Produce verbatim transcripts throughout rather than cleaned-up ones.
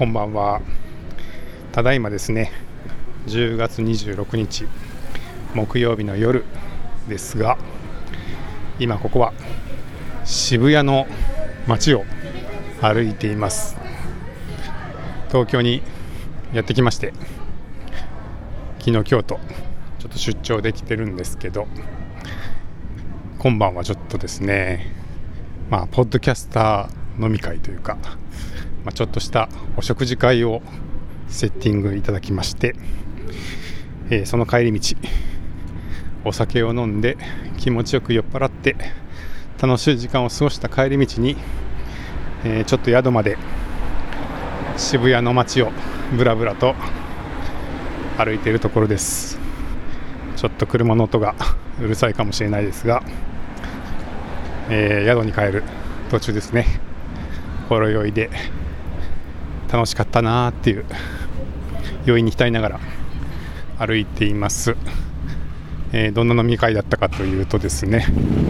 こんばんは。ただいまですね、じゅうがつにじゅうろくにち木曜日の夜ですが、今ここは渋谷の街を歩いています。東京にやってきまして、昨日京都ちょっと出張できてるんですけど、今晩はちょっとですね、まあポッドキャスター飲み会というか、まあ、ちょっとしたお食事会をセッティングいただきまして、えー、その帰り道お酒を飲んで気持ちよく酔っ払って楽しい時間を過ごした帰り道に、えー、ちょっと宿まで渋谷の街をブラブラと歩いているところです。ちょっと車の音がうるさいかもしれないですが、えー、宿に帰る途中ですね。ほろ酔いで楽しかったなーっていう余韻に浸りながら歩いています。えー、どんな飲み会だったかというとですね、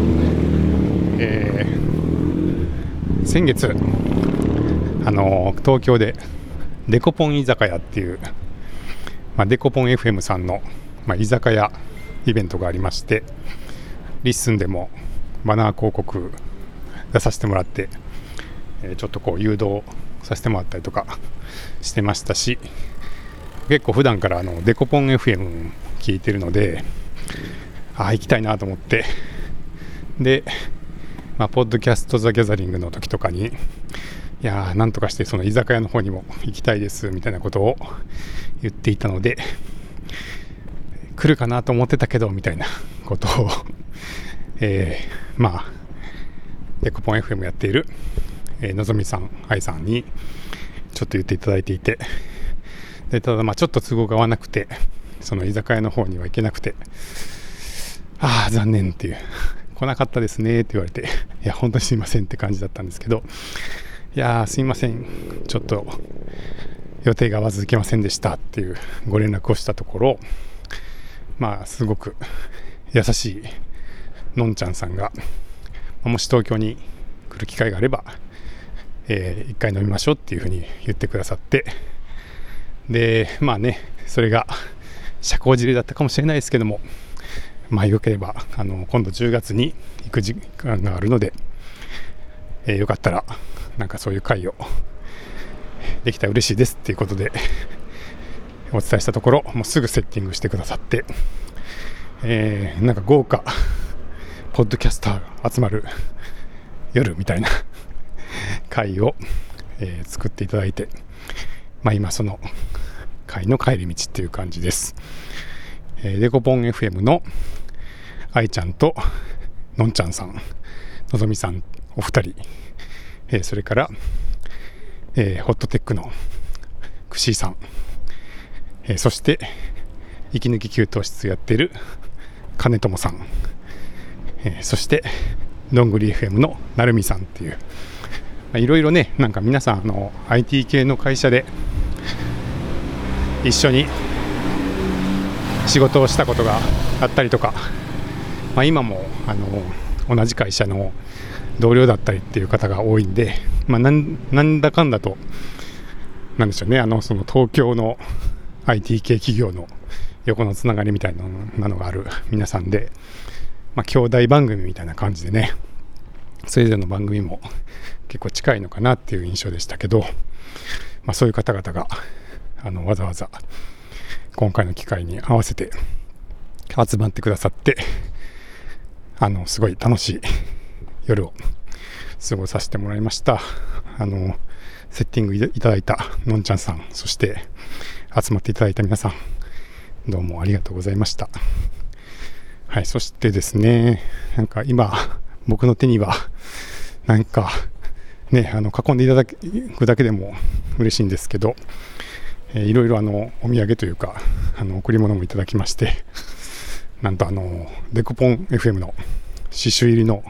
えー、先月、あのー、東京でデコポン居酒屋っていう、まあ、デコポン エフエム さんの、まあ、居酒屋イベントがありまして、リッスンでもバナー広告出させてもらって、えー、ちょっとこう誘導させてもらったりとかしてましたし、結構普段からあのデコポン エフエム 聞いてるので、あ行きたいなと思って、で、まあ、ポッドキャストザギャザリングの時とかに、いやーなんとかしてその居酒屋の方にも行きたいですみたいなことを言っていたので、来るかなと思ってたけどみたいなことを、えー、まあデコポン エフエム やっているえー、のぞみさん、愛さんにちょっと言っていただいていて、でただまあちょっと都合が合わなくて、その居酒屋の方には行けなくて、ああ残念っていう、来なかったですねって言われて、いや本当にすいませんって感じだったんですけど、いやすいません、ちょっと予定が合わず行けませんでしたっていうご連絡をしたところ、まあすごく優しいのんちゃんさんが、もし東京に来る機会があればえー、一回飲みましょうっていうふうに言ってくださって、でまあね、それが社交辞令だったかもしれないですけども、まあよければあの今度じゅうがつに行く時間があるので、えー、よかったらなんかそういう会をできたら嬉しいですっていうことでお伝えしたところ、もうすぐセッティングしてくださって、えー、なんか豪華ポッドキャスターが集まる夜みたいな会を、えー、作っていただいて、まあ、今その会の帰り道っていう感じです。えー、デコポン エフエム の愛ちゃんとのんちゃんさん、のぞみさんお二人、えー、それから、えー、ホットテックのくしーさん、えー、そして息抜き給湯室やってる金友さん、えー、そしてどんぐり エフエム のなるみさんっていう、いろいろね、なんか皆さんあの アイティー 系の会社で一緒に仕事をしたことがあったりとか、まあ、今もあの同じ会社の同僚だったりっていう方が多いんで、まあ、なんなんだかんだとなんでしょうね、あのその東京の アイティー 系企業の横のつながりみたいなのがある皆さんで、まあ、兄弟番組みたいな感じでね、それぞれの番組も結構近いのかなっていう印象でしたけど、まあ、そういう方々があのわざわざ今回の機会に合わせて集まってくださって、あのすごい楽しい夜を過ごさせてもらいました。あのセッティングいただいたのんちゃんさん、そして集まっていただいた皆さん、どうもありがとうございました。はい、そしてですね、なんか今僕の手にはなんかね、あの囲んでいただくだけでも嬉しいんですけど、えー、いろいろあのお土産というかあの贈り物もいただきまして、なんとあのデコポン エフエム の刺繍入りの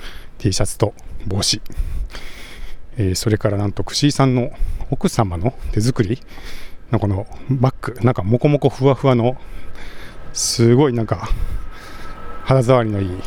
T シャツと帽子、えー、それからなんとくしーさんの奥様の手作りのこのバッグ、なんかモコモコふわふわのすごいなんか肌触りのいい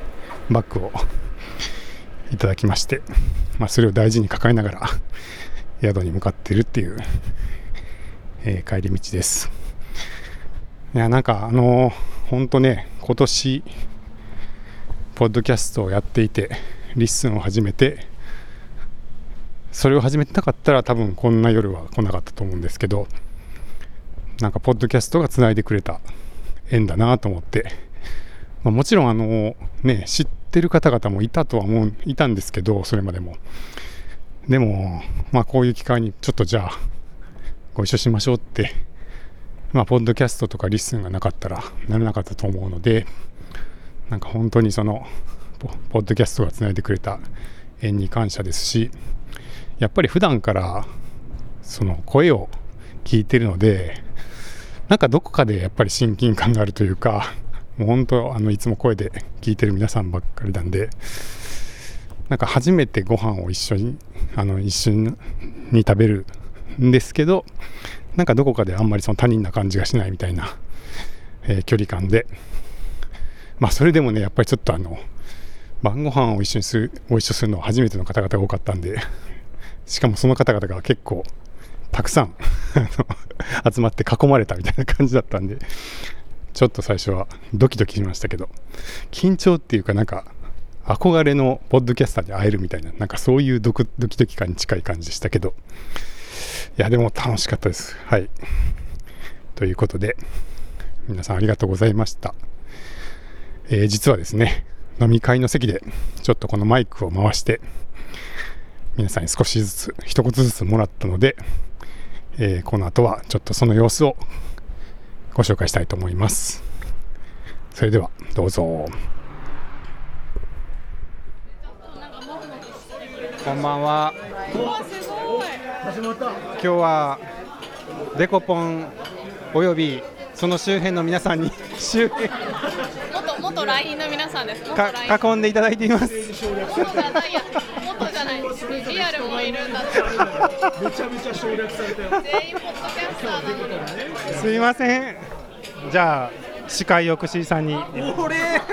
バッグをいただきまして、まあ、それを大事に抱えながら宿に向かっているっていう、えー、帰り道です。いやなんかあのー、ほんとね今年ポッドキャストをやっていてリッスンを始めて、それを始めてなかったら多分こんな夜は来なかったと思うんですけど、なんかポッドキャストがつないでくれた縁だなと思って、まあ、もちろんあのね知ってる方々もいたとは思ういたんですけど、それまでもでもまあこういう機会にちょっとじゃあご一緒しましょうって、まあポッドキャストとかリッスンがなかったらならなかったと思うので、なんか本当にそのポッドキャストがつないでくれた縁に感謝ですし、やっぱり普段からその声を聞いてるので、なんかどこかでやっぱり親近感があるというか、もう本当あのいつも声で聞いてる皆さんばっかりなんで、なんか初めてご飯を一緒にあの一緒に食べるんですけど、なんかどこかであんまりその他人な感じがしないみたいな、えー、距離感で、まあそれでもねやっぱりちょっとあの晩ご飯を一緒にするご一緒するのは初めての方々が多かったんで、しかもその方々が結構たくさん集まって囲まれたみたいな感じだったんで、ちょっと最初はドキドキしましたけど、緊張っていうかなんか憧れのポッドキャスターに会えるみたいな、なんかそういうドキドキドキ感に近い感じでしたけど、いやでも楽しかったです。はい、ということで皆さんありがとうございました。えー、実はですね飲み会の席でちょっとこのマイクを回して皆さんに少しずつ一言ずつもらったので、えー、この後はちょっとその様子をご紹介したいと思います。それではどうぞ。こんばんは。今日はデコポンおよびその周辺の皆さんに周辺元元来賓の皆さんです。 か囲んでいただいています。 元がないや元じゃないリアルもいるんだって。めちゃめちゃ省略されたよ。全員ポッドキャスターなのに。 すいません。じゃあ司会を串井さんに。 俺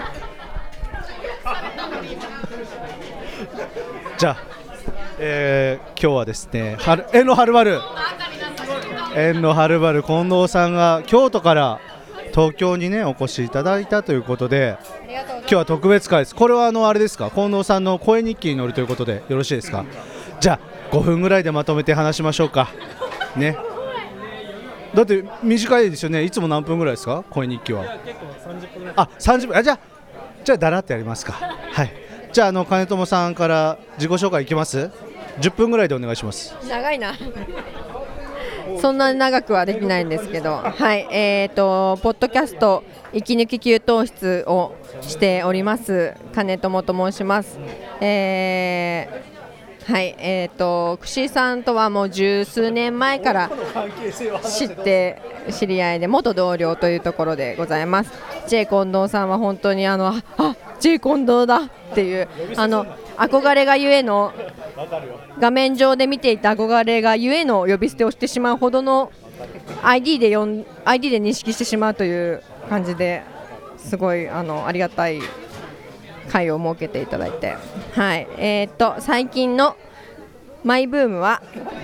じゃあ、えー、今日はですね、はる縁のはるばる縁のはるばる近藤さんが京都から東京にねお越しいただいたということで、今日は特別会です。これはあのあれですか、近藤さんの声日記に載るということでよろしいですか。じゃあごふんぐらいでまとめて話しましょうかね。だって短いですよね。いつも何分ぐらいですか声日記は。あ、さんじゅっぷん。あ、じゃあじゃあだらってやりますか。はい、じゃああの金友さんから自己紹介いきます。じゅっぷんぐらいでお願いします。 長いなそんなに長くはできないんですけど、はい、えーとポッドキャスト息抜き給湯室をしております金友と申します。えーはい、えーと串井さんとはもう十数年前から知って知り合いで元同僚というところでございます。 J 近藤さんは本当にあのあ J 近藤だっていうあの憧れがゆえの画面上で見ていた憧れがゆえの呼び捨てをしてしまうほどの アイディー で読ん アイディー で認識してしまうという感じで、すごいあのありがたい会を設けていただいて、はい、えー、っと最近のマイブームは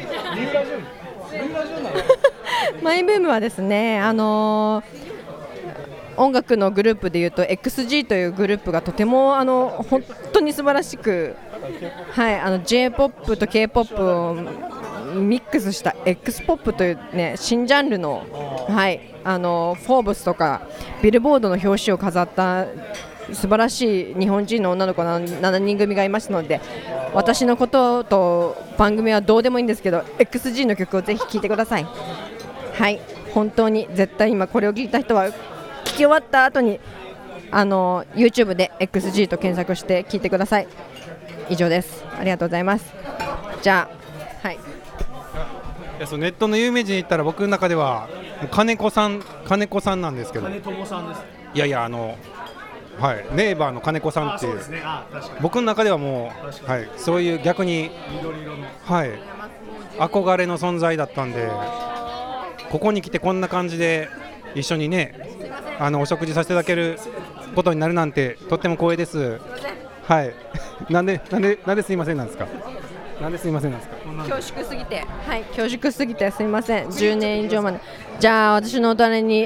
マイブームはですね、あのー音楽のグループでいうと エックスジー というグループがとてもあの本当に素晴らしく、はい、あの J-ポップ と K-ポップ をミックスした X ポップという、ね、新ジャンルの、はい、あのフォーブスとかビルボードの表紙を飾った素晴らしい日本人の女の子ななにん組がいますので、私のことと番組はどうでもいいんですけど エックスジー の曲をぜひ聴いてください。はい、本当に絶対今これを聞いた人は聞き終わった後にあの YouTube で エックスジー と検索して聞いてください。以上です。ありがとうございます。じゃあ、はい、いやそうネットの有名人言ったら僕の中では金子さん金子さんなんですけど、 金友さんです。 いやいやあのはい、ネイバーの金子さんっていう、ね、僕の中ではもう、はい、そういう逆に緑色の、はい、憧れの存在だったんで、ここに来てこんな感じで一緒にねあのお食事させていただけることになるなんてとっても光栄です。はいなんでなんでなんですいませんなんですか。 なんですいませんなんですか。 恐縮すぎて、はい、恐縮すぎてすみません。じゅうねん以上まで。じゃあ私のお隣に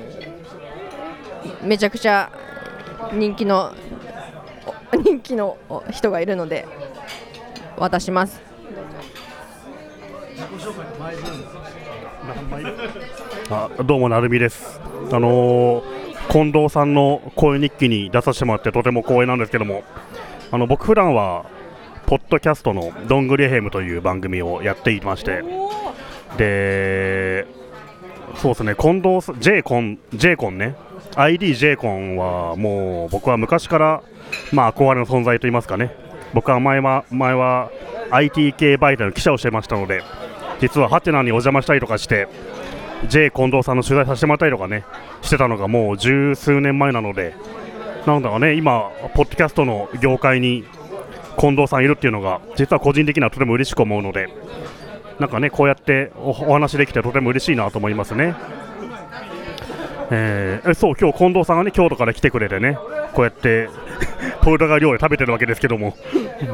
めちゃくちゃ人気の人気の人がいるので渡します。 あ、どうもなるみです。あのー、近藤さんの声日記に出させてもらってとても光栄なんですけども、あの僕普段はポッドキャストのどんぐりヘムという番組をやっていまして、でそうですね、近藤さん J コン J コンね アイディー J コンはもう僕は昔からまあ憧れの存在といいますかね。僕は前は前は アイティー 系媒体の記者をしてましたので、実はハテナにお邪魔したりとかして J 近藤さんの取材させてもらったりとかねしてたのがもう十数年前なので、なんだかね、今ポッドキャストの業界に近藤さんいるっていうのが実は個人的にはとても嬉しく思うので、なんかねこうやってお, お話できてとても嬉しいなと思いますね。えー、そう今日近藤さんがね京都から来てくれてね、こうやってポルトガル料理食べてるわけですけども、うん、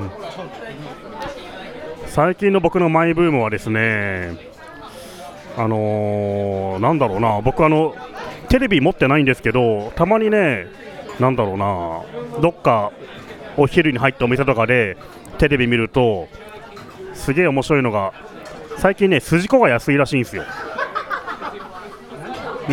最近の僕のマイブームはですね、あのー、なんだろうな、僕あのテレビ持ってないんですけど、たまにね、なんだろうな、どっかお昼に入ったお店とかでテレビ見るとすげえ面白いのが、最近ね筋子が安いらしいんですよ。うん、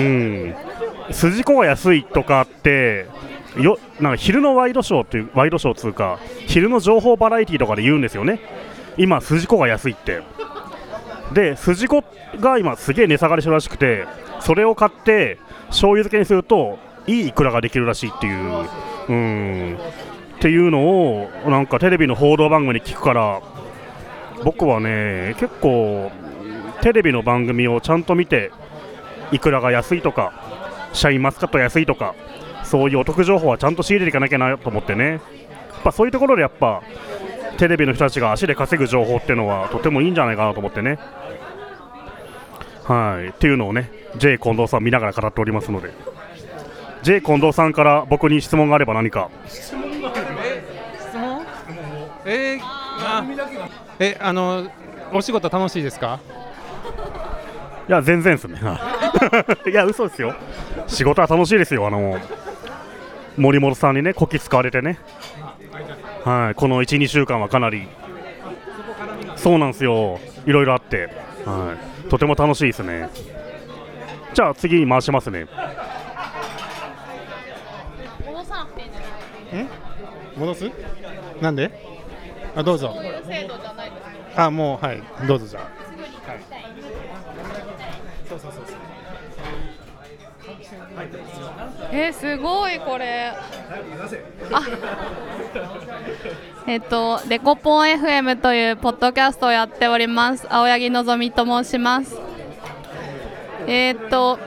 筋子が安いとかってよ、なんか昼のワイドショーっていうワイドショーつうか昼の情報バラエティとかで言うんですよね。今筋子が安いって。で筋子が今すげえ値下がりしてるらしくて、それを買って醤油漬けにするといいイクラができるらしいっていう、うんっていうのをなんかテレビの報道番組に聞くから、僕はね結構テレビの番組をちゃんと見てイクラが安いとかシャインマスカット安いとかそういうお得情報はちゃんと仕入れていかなきゃなと思ってね、やっぱそういうところでやっぱテレビの人たちが足で稼ぐ情報っていうのはとてもいいんじゃないかなと思ってね、はいっていうのをね J 近藤さん見ながら語っておりますので、 J 近藤さんから僕に質問があれば何か。 質問えー、あえあのお仕事楽しいですか。 いや全然ですねいや嘘ですよ、仕事は楽しいですよ。あの森本さんにねこき使われてね、はい、この いちにしゅうかんはかなりそうなんですよ、いろいろあって、はい、とても楽しいですね。じゃあ次回しますね。 戻さなくていいんじゃない？ ん戻すなんであどうぞ。 そういう制度じゃないですか。 あもうはいどうぞじゃあ、はい、そうそうそうそうえー、すごいこれ。あえっとデコポン エフエム というポッドキャストをやっております。青柳のぞみと申します。えー、っと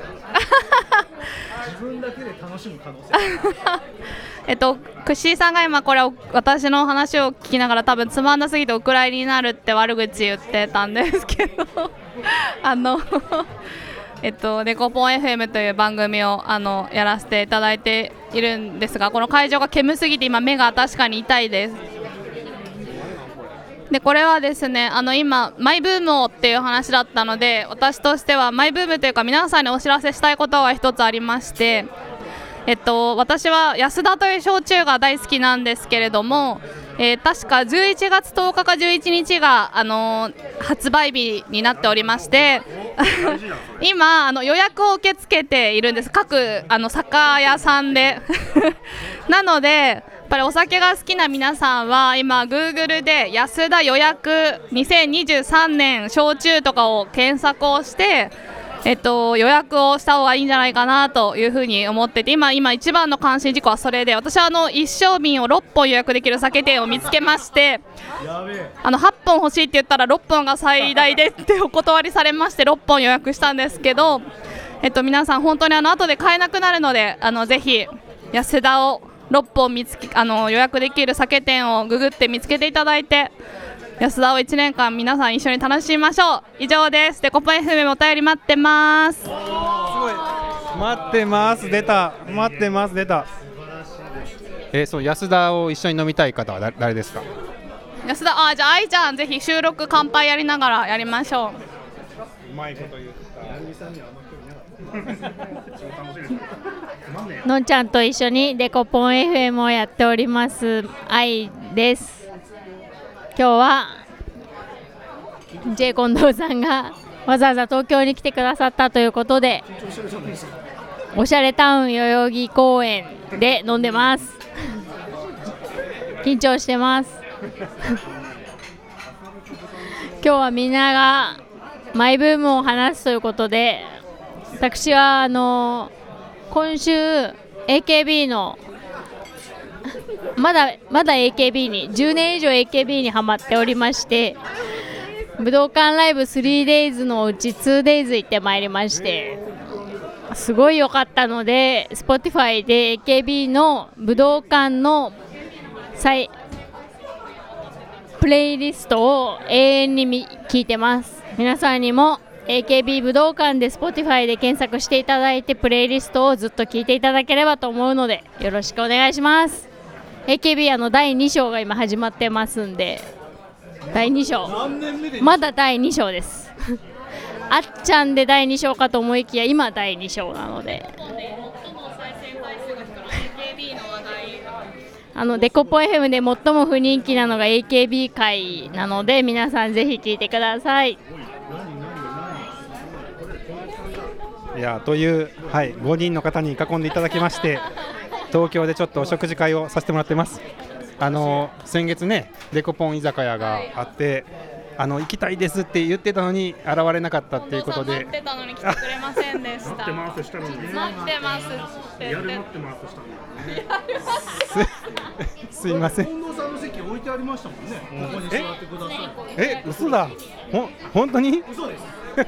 自分だけで楽しむ可能性えっとクッシーさんが今これを私の話を聞きながら多分つまんなすぎてお蔵入りになるって悪口言ってたんですけどあのえっとデコポン エフエム という番組をあのやらせていただいているんですが、この会場が煙すぎて今目が確かに痛いです。でこれはですね、あの今マイブームをっていう話だったので、私としてはマイブームというか皆さんにお知らせしたいことが一つありまして、えっと、私は安田という焼酎が大好きなんですけれども、えー、確かじゅういちがつとおかかじゅういちにちが、あのー、発売日になっておりまして今あの予約を受け付けているんです、各あの酒屋さんでなのでやっぱりお酒が好きな皆さんは今 Google で安田予約にせんにじゅうさんねん焼酎とかを検索をしてえっと、予約をした方がいいんじゃないかなというふうに思ってて、今、今一番の関心事項はそれで、私はあの一升瓶をろっぽん予約できる酒店を見つけまして、あのはっぽん欲しいって言ったらろっぽんが最大でってお断りされまして、ろっぽん予約したんですけど、えっと、皆さん本当にあの後で買えなくなるので、あのぜひ安田をろっぽん見つけあの予約できる酒店をググって見つけていただいて、安田をいちねんかん皆さん一緒に楽しみましょう。以上です。デコポン エフエム お便り待ってます。すごい待ってます。出た待ってます出た。えー、そう安田を一緒に飲みたい方は誰ですか？ 安田、あ、じゃあ愛ちゃんぜひ収録乾杯やりながらやりましょう。 うまいこと言った。 のんちゃんと一緒にデコポン エフエム をやっております愛です。今日は J 近藤さんがわざわざ東京に来てくださったということで、おしゃれタウン代々木公園で飲んでます。緊張してます今日はみんながマイブームを話すということで、私はあの今週 エーケービー のまだまだ エーケービー にじゅうねん以上 エーケービー にハマっておりまして、武道館ライブ スリーデイズ のうち ツーデイズ 行ってまいりまして、すごい良かったので Spotify で エーケービー の武道館の再プレイリストを永遠に聞いてます。皆さんにも エーケービー 武道館で Spotify で検索していただいてプレイリストをずっと聞いていただければと思うのでよろしくお願いします。 エーケービー あのだいに章が今始まってますんで、だいに章まだだいに章ですあっちゃんでだいに章かと思いきや今だいに章なので、あのデコポン エフエム で最も不人気なのが エーケービー 回なので皆さんぜひ聞いてください。 いやという、はい、ごにんの方に囲んでいただきまして東京でちょっとお食事会をさせてもらってます。あの先月ねデコポン居酒屋があって、あの行きたいですって言ってたのに現れなかったっていうことで、 待ってたのに来てくれませんでした待ってますしたのにね。 待ってますってやる待ってますしたのにね。 す, すいません。 近藤さんの席置いてありましたもんね。ここに座ってください。 え、嘘だ。ほ本当に？ 嘘です。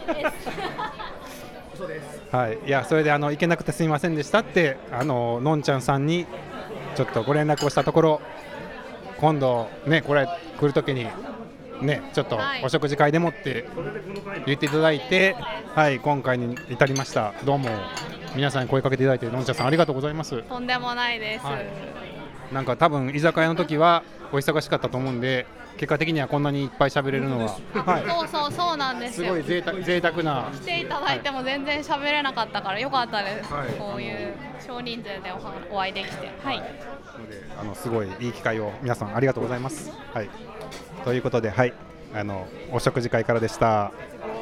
嘘です。 はい、いやそれであの行けなくてすいませんでしたってあののんちゃんさんにちょっとご連絡をしたところ、今度ねこれ来るときにねちょっとお食事会でもって言っていただいて、はい、今回に至りました。どうも皆さんに声かけていただいてのんちゃんさんありがとうございます。 とんでもないです、はい、 なんか多分居酒屋の時はお忙しかったと思うんで、結果的にはこんなにいっぱい喋れるのは、はい、 そうそうそうなんですよ。 すごい贅沢贅沢な。 来ていただいても全然喋れなかったからよかったです、 はい、 こういう少人数でお会いできて、はい、 のであのすごいいい機会を皆さんありがとうございます。はい、ということで、はい、あのお食事会からでした。